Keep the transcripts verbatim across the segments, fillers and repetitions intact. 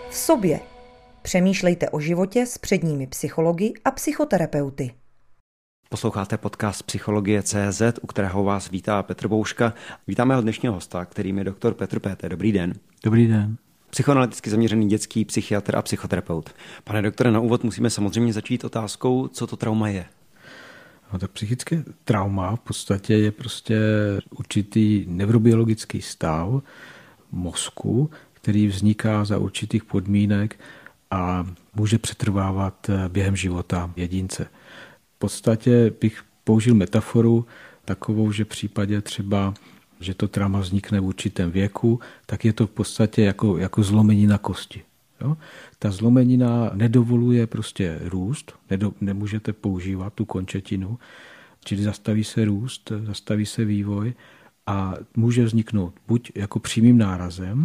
V sobě. Přemýšlejte o životě s předními psychologi a psychoterapeuty. Posloucháte podcast Psychologie tečka cé zet, u kterého vás vítá Petr Bouška. Vítáme ho dnešního hosta, kterým je doktor Petr Péter. Dobrý den. Dobrý den. Psychoanalyticky zaměřený dětský psychiatr a psychoterapeut. Pane doktore, na úvod musíme samozřejmě začít otázkou, co to trauma je. No, tak psychické trauma v podstatě je prostě určitý neurobiologický stav mozku, který vzniká za určitých podmínek a může přetrvávat během života jedince. V podstatě bych použil metaforu takovou, že v případě třeba, že to trauma vznikne v určitém věku, tak je to v podstatě jako, jako zlomenina kosti. Jo? Ta zlomenina nedovoluje prostě růst, nedo, nemůžete používat tu končetinu, čili zastaví se růst, zastaví se vývoj a může vzniknout buď jako přímým nárazem,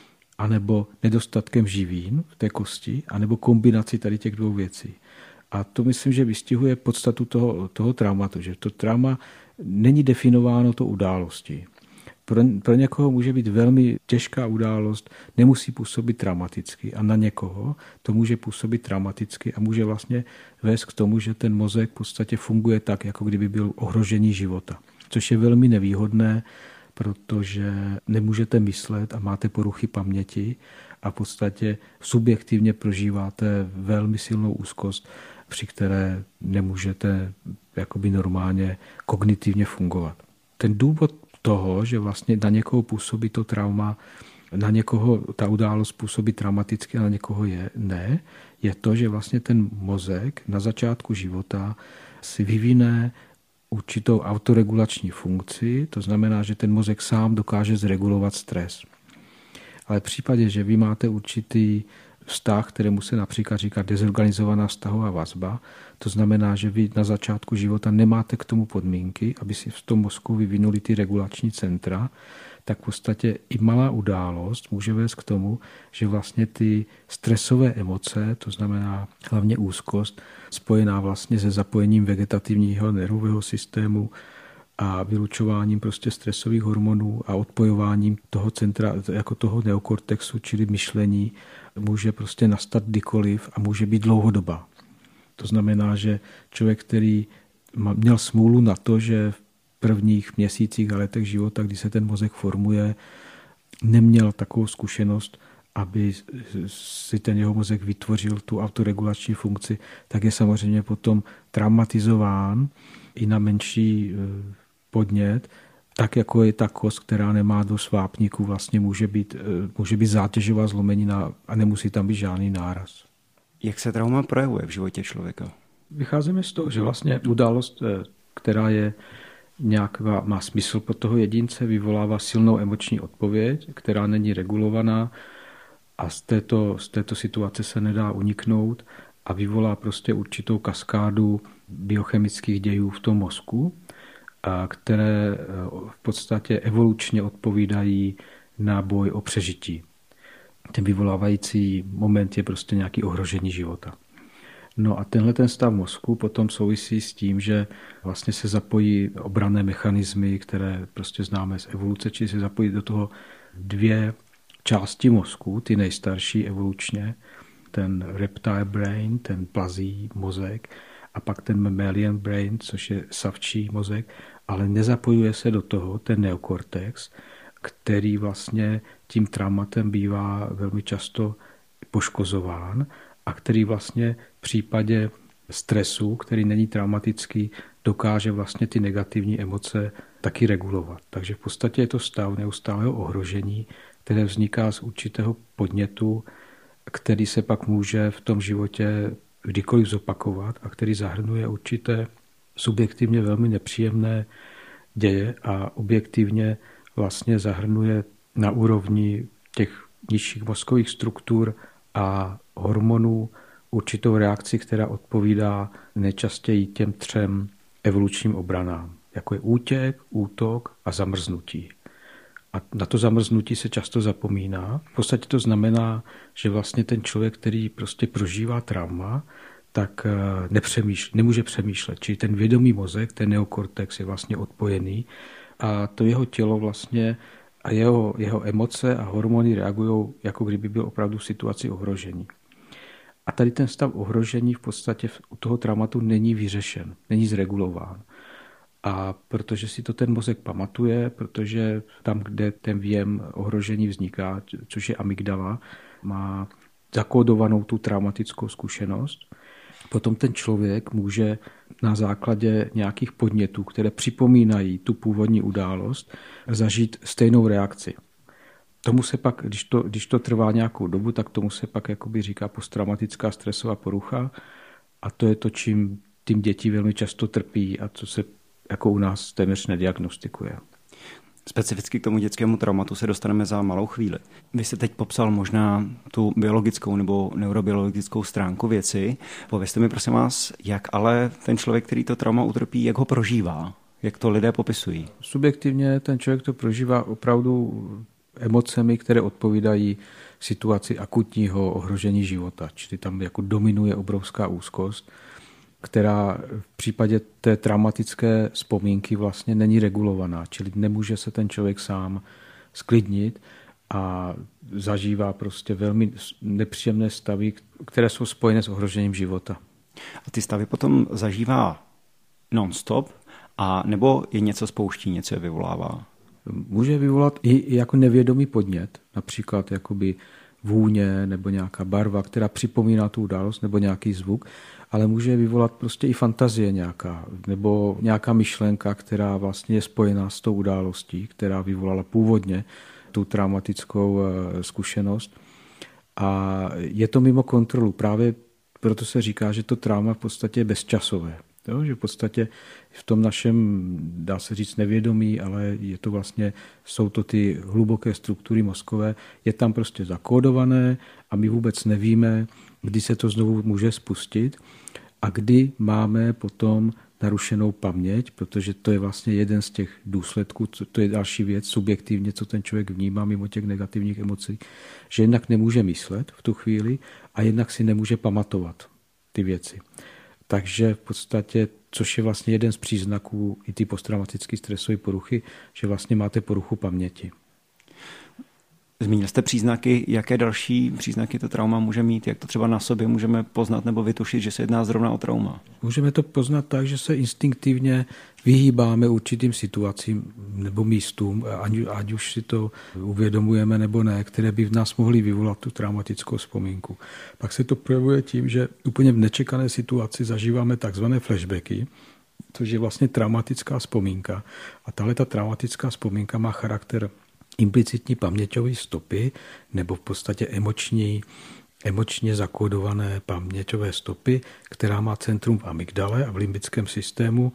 anebo nedostatkem živín v té kosti, anebo kombinaci tady těch dvou věcí. A to myslím, že vystihuje podstatu toho, toho traumatu, že to trauma není definováno to událostí. Pro, pro někoho může být velmi těžká událost, nemusí působit traumaticky a na někoho to může působit traumaticky a může vlastně vést k tomu, že ten mozek v podstatě funguje tak, jako kdyby byl ohrožení života. Což je velmi nevýhodné, protože nemůžete myslet a máte poruchy paměti a v podstatě subjektivně prožíváte velmi silnou úzkost, při které nemůžete jakoby normálně kognitivně fungovat. Ten důvod toho, že vlastně na někoho působí to trauma, na někoho ta událost působí traumaticky a na někoho je ne, je to, že vlastně ten mozek na začátku života si vyvine určitou autoregulační funkci, to znamená, že ten mozek sám dokáže zregulovat stres. Ale v případě, že vy máte určitý vztah, kterému se například říká dezorganizovaná vztahová vazba, to znamená, že vy na začátku života nemáte k tomu podmínky, aby si v tom mozku vyvinuli ty regulační centra, tak v podstatě i malá událost může vést k tomu, že vlastně ty stresové emoce, to znamená hlavně úzkost, spojená vlastně se zapojením vegetativního nervového systému a vylučováním prostě stresových hormonů a odpojováním toho centra, jako toho neokortexu, čili myšlení, může prostě nastat kdykoliv a může být dlouhodobá. To znamená, že člověk, který měl smůlu na to, že v prvních měsících a letech života, kdy se ten mozek formuje, neměl takovou zkušenost, aby si ten jeho mozek vytvořil tu autoregulační funkci, tak je samozřejmě potom traumatizován i na menší podnět, tak jako je ta kost, která nemá dost vápníků, vlastně může být, může být zátěžová zlomenina a nemusí tam být žádný náraz. Jak se trauma projevuje v životě člověka? Vycházíme z toho, že vlastně událost, která je nějak má smysl pro toho jedince, vyvolává silnou emoční odpověď, která není regulovaná a z této, z této situace se nedá uniknout a vyvolá prostě určitou kaskádu biochemických dějů v tom mozku, a které v podstatě evolučně odpovídají na boj o přežití. Ten vyvolávající moment je prostě nějaký ohrožení života. No a tenhle ten stav mozku potom souvisí s tím, že vlastně se zapojí obranné mechanismy, které prostě známe z evoluce, či se zapojí do toho dvě části mozku, ty nejstarší evolučně, ten reptile brain, ten plazí mozek, a pak ten mammalian brain, což je savčí mozek, ale nezapojuje se do toho ten neokortex, který vlastně tím traumatem bývá velmi často poškozován a který vlastně v případě stresu, který není traumatický, dokáže vlastně ty negativní emoce taky regulovat. Takže v podstatě je to stav neustálého ohrožení, které vzniká z určitého podnětu, který se pak může v tom životě kdykoliv zopakovat a který zahrnuje určité subjektivně velmi nepříjemné děje a objektivně vlastně zahrnuje na úrovni těch nižších mozkových struktur a hormonů určitou reakci, která odpovídá nejčastěji těm třem evolučním obranám, jako je útěk, útok a zamrznutí. A na to zamrznutí se často zapomíná. V podstatě to znamená, že vlastně ten člověk, který prostě prožívá trauma, tak nepřemýšlí, nemůže přemýšlet. Čili ten vědomý mozek, ten neokortex je vlastně odpojený a to jeho tělo vlastně a jeho, jeho emoce a hormony reagují, jako kdyby byl opravdu v situaci ohrožení. A tady ten stav ohrožení v podstatě u toho traumatu není vyřešen, není zregulován. A protože si to ten mozek pamatuje, protože tam, kde ten věm ohrožení vzniká, což je amygdala, má zakódovanou tu traumatickou zkušenost, potom ten člověk může na základě nějakých podnětů, které připomínají tu původní událost, zažít stejnou reakci. Tomu se pak, když to, když to trvá nějakou dobu, tak tomu se pak jakoby říká posttraumatická stresová porucha a to je to, čím tím děti velmi často trpí a co se jako u nás téměř nediagnostikuje. Specificky k tomu dětskému traumatu se dostaneme za malou chvíli. Vy jste teď popsal možná tu biologickou nebo neurobiologickou stránku věci. Povězte mi prosím vás, jak ale ten člověk, který to trauma utrpí, jak ho prožívá? Jak to lidé popisují? Subjektivně ten člověk to prožívá opravdu emocemi, které odpovídají situaci akutního ohrožení života. Čili tam jako dominuje obrovská úzkost, která v případě té traumatické vzpomínky vlastně není regulovaná, čili nemůže se ten člověk sám sklidnit a zažívá prostě velmi nepříjemné stavy, které jsou spojené s ohrožením života. A ty stavy potom zažívá non-stop, a nebo je něco spouští, něco je vyvolává? Může vyvolat i jako nevědomý podnět, například jakoby vůně nebo nějaká barva, která připomíná tu událost, nebo nějaký zvuk, ale může vyvolat prostě i fantazie nějaká, nebo nějaká myšlenka, která vlastně je spojená s tou událostí, která vyvolala původně tu traumatickou zkušenost. A je to mimo kontrolu. Právě proto se říká, že to trauma v podstatě je bezčasové. Jo, že v podstatě v tom našem, dá se říct, nevědomí, ale je to vlastně, jsou to ty hluboké struktury mozkové, je tam prostě zakódované a my vůbec nevíme, kdy se to znovu může spustit a kdy máme potom narušenou paměť, protože to je vlastně jeden z těch důsledků, to je další věc, subjektivně, co ten člověk vnímá mimo těch negativních emocí, že jednak nemůže myslet v tu chvíli a jednak si nemůže pamatovat ty věci. Takže v podstatě, což je vlastně jeden z příznaků i ty posttraumatické stresové poruchy, že vlastně máte poruchu paměti. Zmínil jste příznaky, jaké další příznaky to trauma může mít, jak to třeba na sobě můžeme poznat nebo vytušit, že se jedná zrovna o trauma? Můžeme to poznat tak, že se instinktivně vyhýbáme určitým situacím nebo místům, ať, ať už si to uvědomujeme nebo ne, které by v nás mohly vyvolat tu traumatickou vzpomínku. Pak se to projevuje tím, že úplně v nečekané situaci zažíváme takzvané flashbacky, což je vlastně traumatická vzpomínka. A tahle ta traumatická vzpomínka má charakter implicitní paměťové stopy nebo v podstatě emoční, emočně zakódované paměťové stopy, která má centrum v amygdale a v limbickém systému.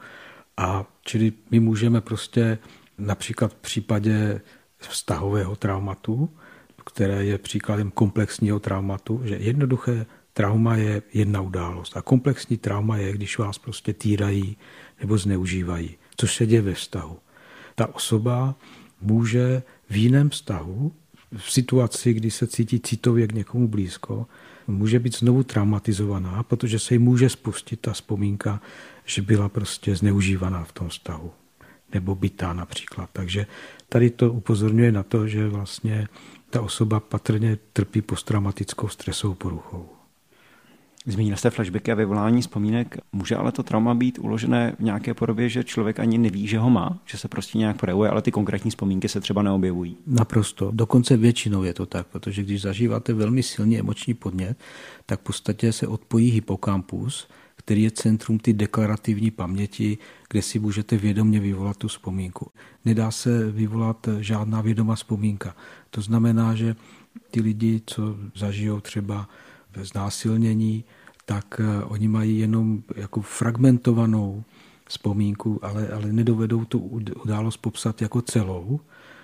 A čili my můžeme prostě například v případě vztahového traumatu, které je příkladem komplexního traumatu, že jednoduché trauma je jedna událost a komplexní trauma je, když vás prostě týrají nebo zneužívají, což se děje ve vztahu. Ta osoba může v jiném vztahu, v situaci, kdy se cítí citově k někomu blízko, může být znovu traumatizovaná, protože se jí může spustit ta vzpomínka, že byla prostě zneužívaná v tom vztahu. Nebo bitá například. Takže tady to upozorňuje na to, že vlastně ta osoba patrně trpí posttraumatickou stresovou poruchou. Zmínil jste flashbacky a vyvolání vzpomínek. Může ale to trauma být uložené v nějaké podobě, že člověk ani neví, že ho má, že se prostě nějak projevuje, ale ty konkrétní vzpomínky se třeba neobjevují? Naprosto. Dokonce většinou je to tak, protože když zažíváte velmi silný emoční podnět, tak v podstatě se odpojí hypokampus, který je centrum ty deklarativní paměti, kde si můžete vědomě vyvolat tu vzpomínku. Nedá se vyvolat žádná vědomá vzpomínka. To znamená, že ty lidi, co zažijou třeba znásilnění, tak oni mají jenom jako fragmentovanou vzpomínku, ale, ale nedovedou tu událost popsat jako celou.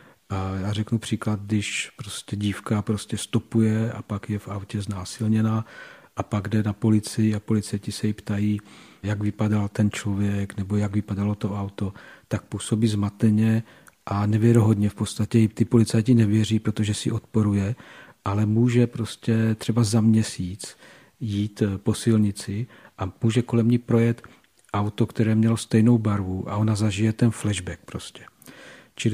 A já řeknu příklad, když prostě dívka prostě stopuje a pak je v autě znásilněná a pak jde na policii a policajti se jí ptají, jak vypadal ten člověk nebo jak vypadalo to auto, tak působí zmateně a nevěrohodně. V podstatě ty policajti nevěří, protože si odporuje, ale může prostě třeba za měsíc jít po silnici a může kolem ní projet auto, které mělo stejnou barvu a ona zažije ten flashback prostě. Čili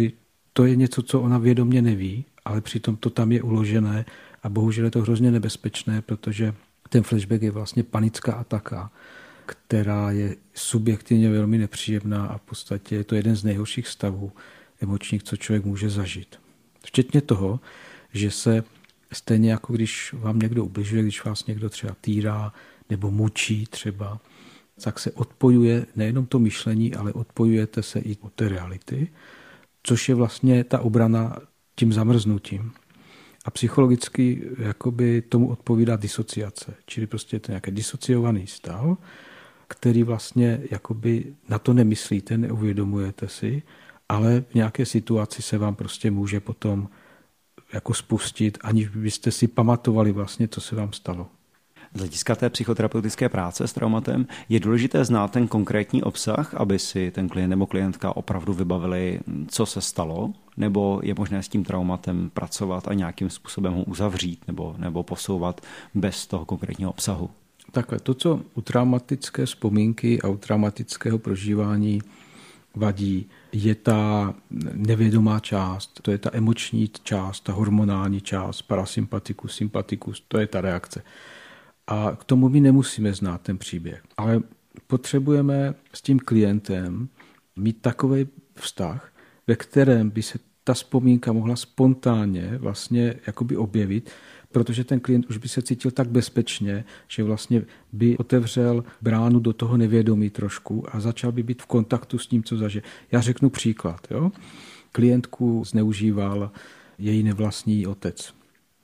to je něco, co ona vědomě neví, ale přitom to tam je uložené a bohužel je to hrozně nebezpečné, protože ten flashback je vlastně panická ataka, která je subjektivně velmi nepříjemná a v podstatě je to jeden z nejhorších stavů emočních, co člověk může zažít. Včetně toho, že se stejně jako když vám někdo ubližuje, když vás někdo třeba týrá nebo mučí třeba, tak se odpojuje nejenom to myšlení, ale odpojujete se i od té reality, což je vlastně ta obrana tím zamrznutím. A psychologicky jakoby tomu odpovídá disociace, čili prostě je to nějaký disociovaný stav, který vlastně jakoby na to nemyslíte, neuvědomujete si, ale v nějaké situaci se vám prostě může potom jako spustit, aniž byste si pamatovali vlastně, co se vám stalo. Z hlediska té psychoterapeutické práce s traumatem je důležité znát ten konkrétní obsah, aby si ten klient nebo klientka opravdu vybavili, co se stalo, nebo je možné s tím traumatem pracovat a nějakým způsobem ho uzavřít nebo, nebo posouvat bez toho konkrétního obsahu. Takhle, to, co u traumatické vzpomínky a u traumatického prožívání vadí, je ta nevědomá část, to je ta emoční část, ta hormonální část, parasympatikus, sympatikus, to je ta reakce. A k tomu my nemusíme znát ten příběh, ale potřebujeme s tím klientem mít takový vztah, ve kterém by se ta vzpomínka mohla spontánně vlastně jakoby objevit, protože ten klient už by se cítil tak bezpečně, že vlastně by otevřel bránu do toho nevědomí trošku a začal by být v kontaktu s tím, co zažije. Já řeknu příklad. Jo? Klientku zneužíval její nevlastní otec.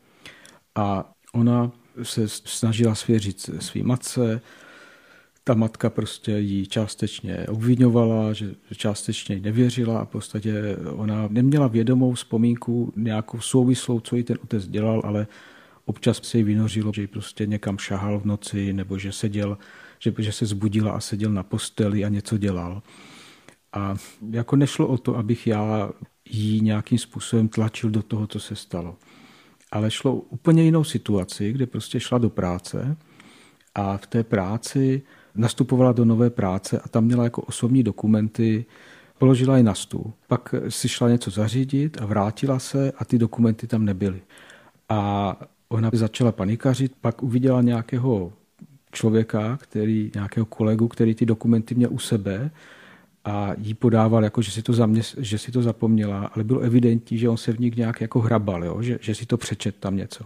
A ona se snažila svěřit svý matce, ta matka prostě ji částečně obviňovala, že částečně jí nevěřila a v podstatě ona neměla vědomou vzpomínku nějakou souvislou, co jí ten otec dělal, ale občas se jí vynořilo, že jí prostě někam šahal v noci nebo že seděl, že, že se zbudila a seděl na posteli a něco dělal. A jako nešlo o to, abych já jí nějakým způsobem tlačil do toho, co se stalo. Ale šlo úplně jinou situaci, kde prostě šla do práce a v té práci nastupovala do nové práce a tam měla jako osobní dokumenty, položila je na stůl. Pak si šla něco zařídit a vrátila se a ty dokumenty tam nebyly. A ona začala panikařit, pak uviděla nějakého člověka, který, nějakého kolegu, který ty dokumenty měl u sebe a jí podával, jako, že, si to zaměs, že si to zapomněla, ale bylo evidentní, že on se v nich nějak jako hrabal, jo? Že, že si to přečet tam něco.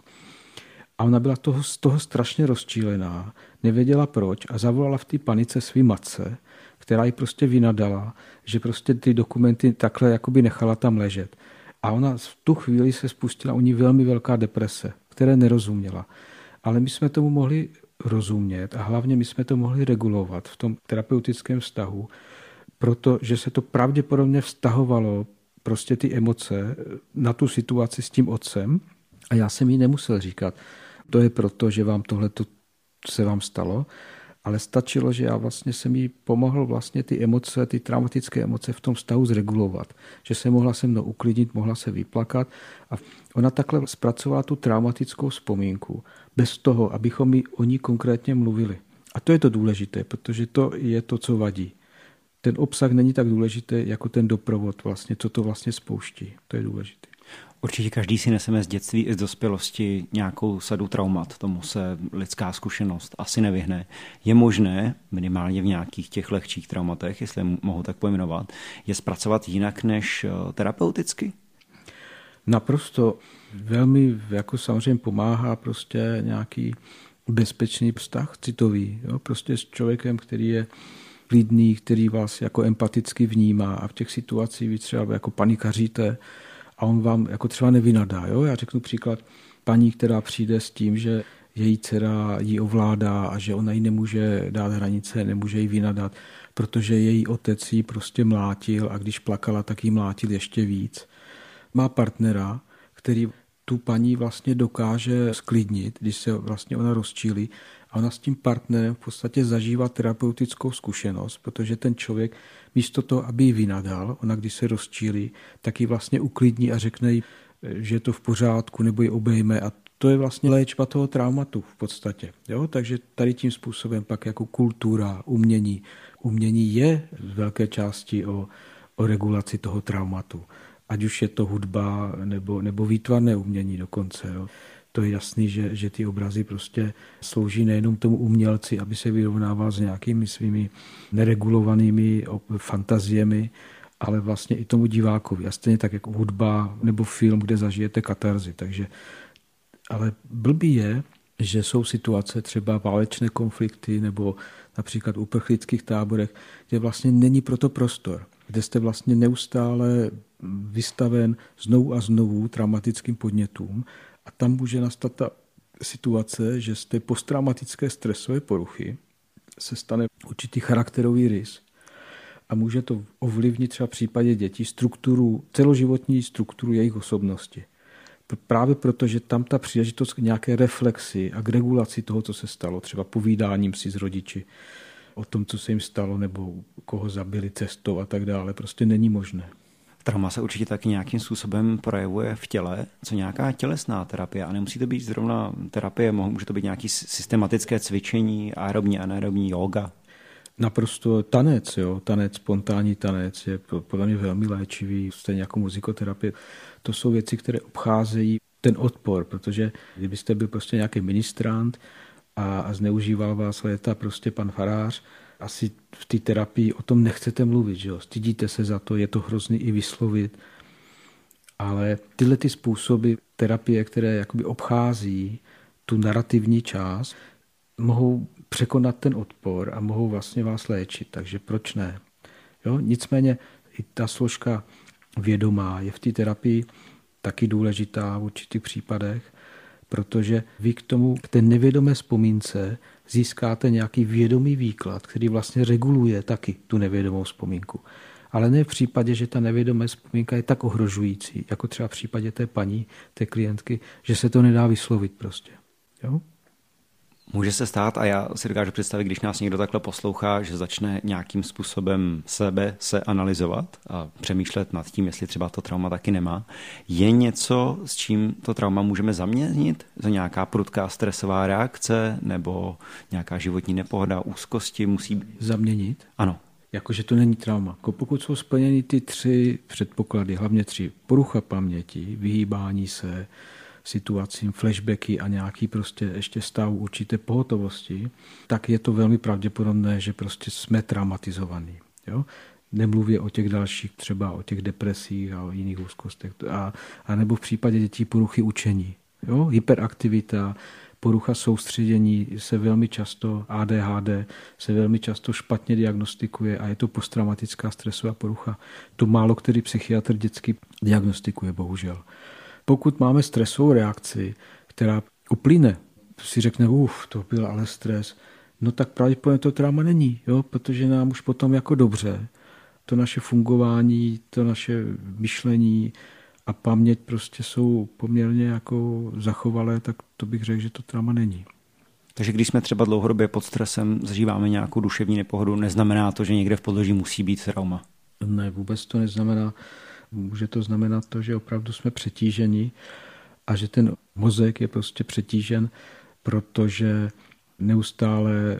A ona byla toho, z toho strašně rozčílená, nevěděla proč a zavolala v té panice svý matce, která jí prostě vynadala, že prostě ty dokumenty takhle jakoby nechala tam ležet. A ona v tu chvíli se spustila u ní velmi velká deprese, které nerozuměla. Ale my jsme tomu mohli rozumět a hlavně my jsme to mohli regulovat v tom terapeutickém vztahu, protože se to pravděpodobně vztahovalo prostě ty emoce na tu situaci s tím otcem a já jsem jí nemusel říkat, to je proto, že vám tohle se vám stalo, ale stačilo, že já vlastně jsem jí pomohl vlastně ty emoce, ty traumatické emoce v tom vztahu zregulovat, že se mohla se mnou uklidnit, mohla se vyplakat a ona takhle zpracovala tu traumatickou vzpomínku bez toho, abychom mi o ní konkrétně mluvili. A to je to důležité, protože to je to, co vadí. Ten obsah není tak důležitý jako ten doprovod, vlastně, co to vlastně spouští. To je důležité. Určitě každý si neseme z dětství i z dospělosti nějakou sadu traumat. Tomu se lidská zkušenost asi nevyhne. Je možné, minimálně v nějakých těch lehčích traumatech, jestli mohu tak pojmenovat, je zpracovat jinak než terapeuticky? Naprosto. Velmi jako samozřejmě pomáhá prostě nějaký bezpečný vztah citový. Jo? Prostě s člověkem, který je klidný, který vás jako empaticky vnímá a v těch situacích vy třeba jako panikaříte a on vám jako třeba nevynadá. Jo? Já řeknu příklad paní, která přijde s tím, že její dcera jí ovládá a že ona jí nemůže dát hranice, nemůže jí vynadat, protože její otec jí prostě mlátil a když plakala, tak jí mlátil ještě víc. Má partnera, který tu paní vlastně dokáže sklidnit, když se vlastně ona rozčílí a ona s tím partnerem v podstatě zažívá terapeutickou zkušenost, protože ten člověk místo toho, aby ji vynadal, ona když se rozčílí, tak ji vlastně uklidní a řekne jí, že je to v pořádku nebo ji obejme a to je vlastně léčba toho traumatu v podstatě. Jo? Takže tady tím způsobem pak jako kultura, umění. Umění je v velké části o, o regulaci toho traumatu. ať už je to hudba nebo, nebo výtvarné umění dokonce. Jo. To je jasný, že, že ty obrazy prostě slouží nejenom tomu umělci, aby se vyrovnával s nějakými svými neregulovanými fantaziemi, ale vlastně i tomu divákovi. A stejně tak jako hudba nebo film, kde zažijete katarzi. Takže, ale blbý je, že jsou situace, třeba válečné konflikty nebo například v uprchlických táborech, kde vlastně není proto prostor, kde jste vlastně neustále vystaven znovu a znovu traumatickým podnětům a tam může nastat ta situace, že z té posttraumatické stresové poruchy se stane určitý charakterový rys a může to ovlivnit třeba v případě dětí strukturu, celoživotní strukturu jejich osobnosti. Právě proto, že tam ta příležitost k nějaké reflexi a k regulaci toho, co se stalo, třeba povídáním si s rodiči o tom, co se jim stalo, nebo koho zabili cestou a tak dále, prostě není možné. Trauma se určitě taky nějakým způsobem projevuje v těle, co nějaká tělesná terapie, a nemusí to být zrovna terapie, může to být nějaké systematické cvičení, aerobní, anaerobní, yoga. Naprosto tanec, jo, tanec, spontánní tanec je podle mě velmi léčivý, stejně jako muzikoterapie. To jsou věci, které obcházejí ten odpor, protože kdybyste byl prostě nějaký ministrant a, a zneužíval vás léta prostě pan farář, asi v té terapii o tom nechcete mluvit, že jo? Stydíte se za to, je to hrozný i vyslovit, ale tyhle ty způsoby terapie, které jakoby obchází tu narrativní část, mohou překonat ten odpor a mohou vlastně vás léčit, takže proč ne? Jo? Nicméně i ta složka vědomá je v té terapii taky důležitá v určitých případech, protože vy k tomu, k té nevědomé vzpomínce získáte nějaký vědomý výklad, který vlastně reguluje taky tu nevědomou vzpomínku. Ale ne v případě, že ta nevědomá vzpomínka je tak ohrožující, jako třeba v případě té paní, té klientky, že se to nedá vyslovit prostě. Jo? Může se stát, a já si dokážu představit, když nás někdo takhle poslouchá, že začne nějakým způsobem sebe se analyzovat a přemýšlet nad tím, jestli třeba to trauma taky nemá. Je něco, s čím to trauma můžeme zaměnit? Za nějaká prudká stresová reakce nebo nějaká životní nepohoda, úzkosti musí... Zaměnit? Ano. Jakože to není trauma. Pokud jsou splněny ty tři předpoklady, hlavně tři, porucha paměti, vyhýbání se situacím, flashbacky a nějaký prostě ještě stav určité pohotovosti, tak je to velmi pravděpodobné, že prostě jsme traumatizovaní. Jo? Nemluvě o těch dalších, třeba o těch depresích a o jiných úzkostech. A, a nebo v případě dětí poruchy učení. Jo? Hyperaktivita, porucha soustředění se velmi často, A D H D se velmi často špatně diagnostikuje a je to posttraumatická stresová porucha. To málo který psychiatr dětsky diagnostikuje, bohužel. Pokud máme stresovou reakci, která uplyne, si řekne, uf, to byl ale stres, no tak pravděpodobně to trauma není, jo? Protože nám už potom jako dobře, to naše fungování, to naše myšlení a paměť prostě jsou poměrně jako zachovalé, tak to bych řekl, že to trauma není. Takže když jsme třeba dlouhodobě pod stresem, zažíváme nějakou duševní nepohodu, neznamená to, že někde v podloží musí být trauma? Ne, vůbec to neznamená. Může to znamenat to, že opravdu jsme přetíženi a že ten mozek je prostě přetížen, protože neustále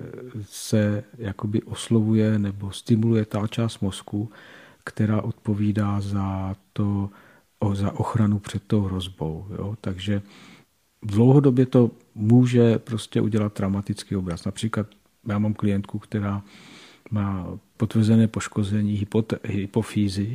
se jakoby oslovuje nebo stimuluje ta část mozku, která odpovídá za to, za ochranu před tou hrozbou. Jo? Takže dlouhodobě to může prostě udělat traumatický obraz. Například já mám klientku, která má potvrzené poškození hypofýzy,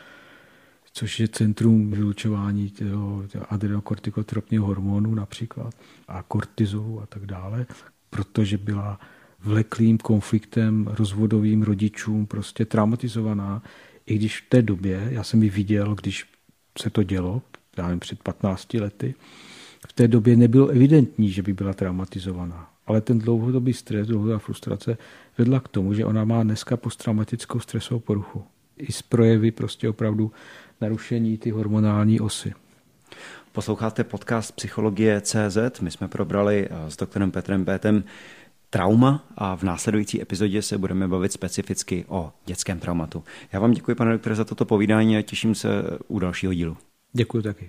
což je centrum vylučování adrenokortikotropního hormonu například a kortizolu a tak dále, protože byla vleklým konfliktem rozvodovým rodičům prostě traumatizovaná, i když v té době, já jsem ji viděl, když se to dělo, já nevím, před patnácti lety, v té době nebylo evidentní, že by byla traumatizovaná. Ale ten dlouhodobý stres, dlouhodobá frustrace vedla k tomu, že ona má dneska posttraumatickou stresovou poruchu. I z projevy prostě opravdu narušení ty hormonální osy. Posloucháte podcast Psychologie tečka cé zet. My jsme probrali s doktorem Petrem Bétem trauma a v následující epizodě se budeme bavit specificky o dětském traumatu. Já vám děkuji, pane doktore, za toto povídání a těším se u dalšího dílu. Děkuji taky.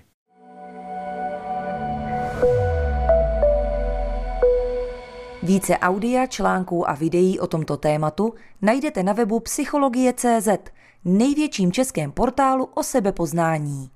Více audia, článků a videí o tomto tématu najdete na webu psychologie tečka cé zet. největším českém portálu o sebepoznání.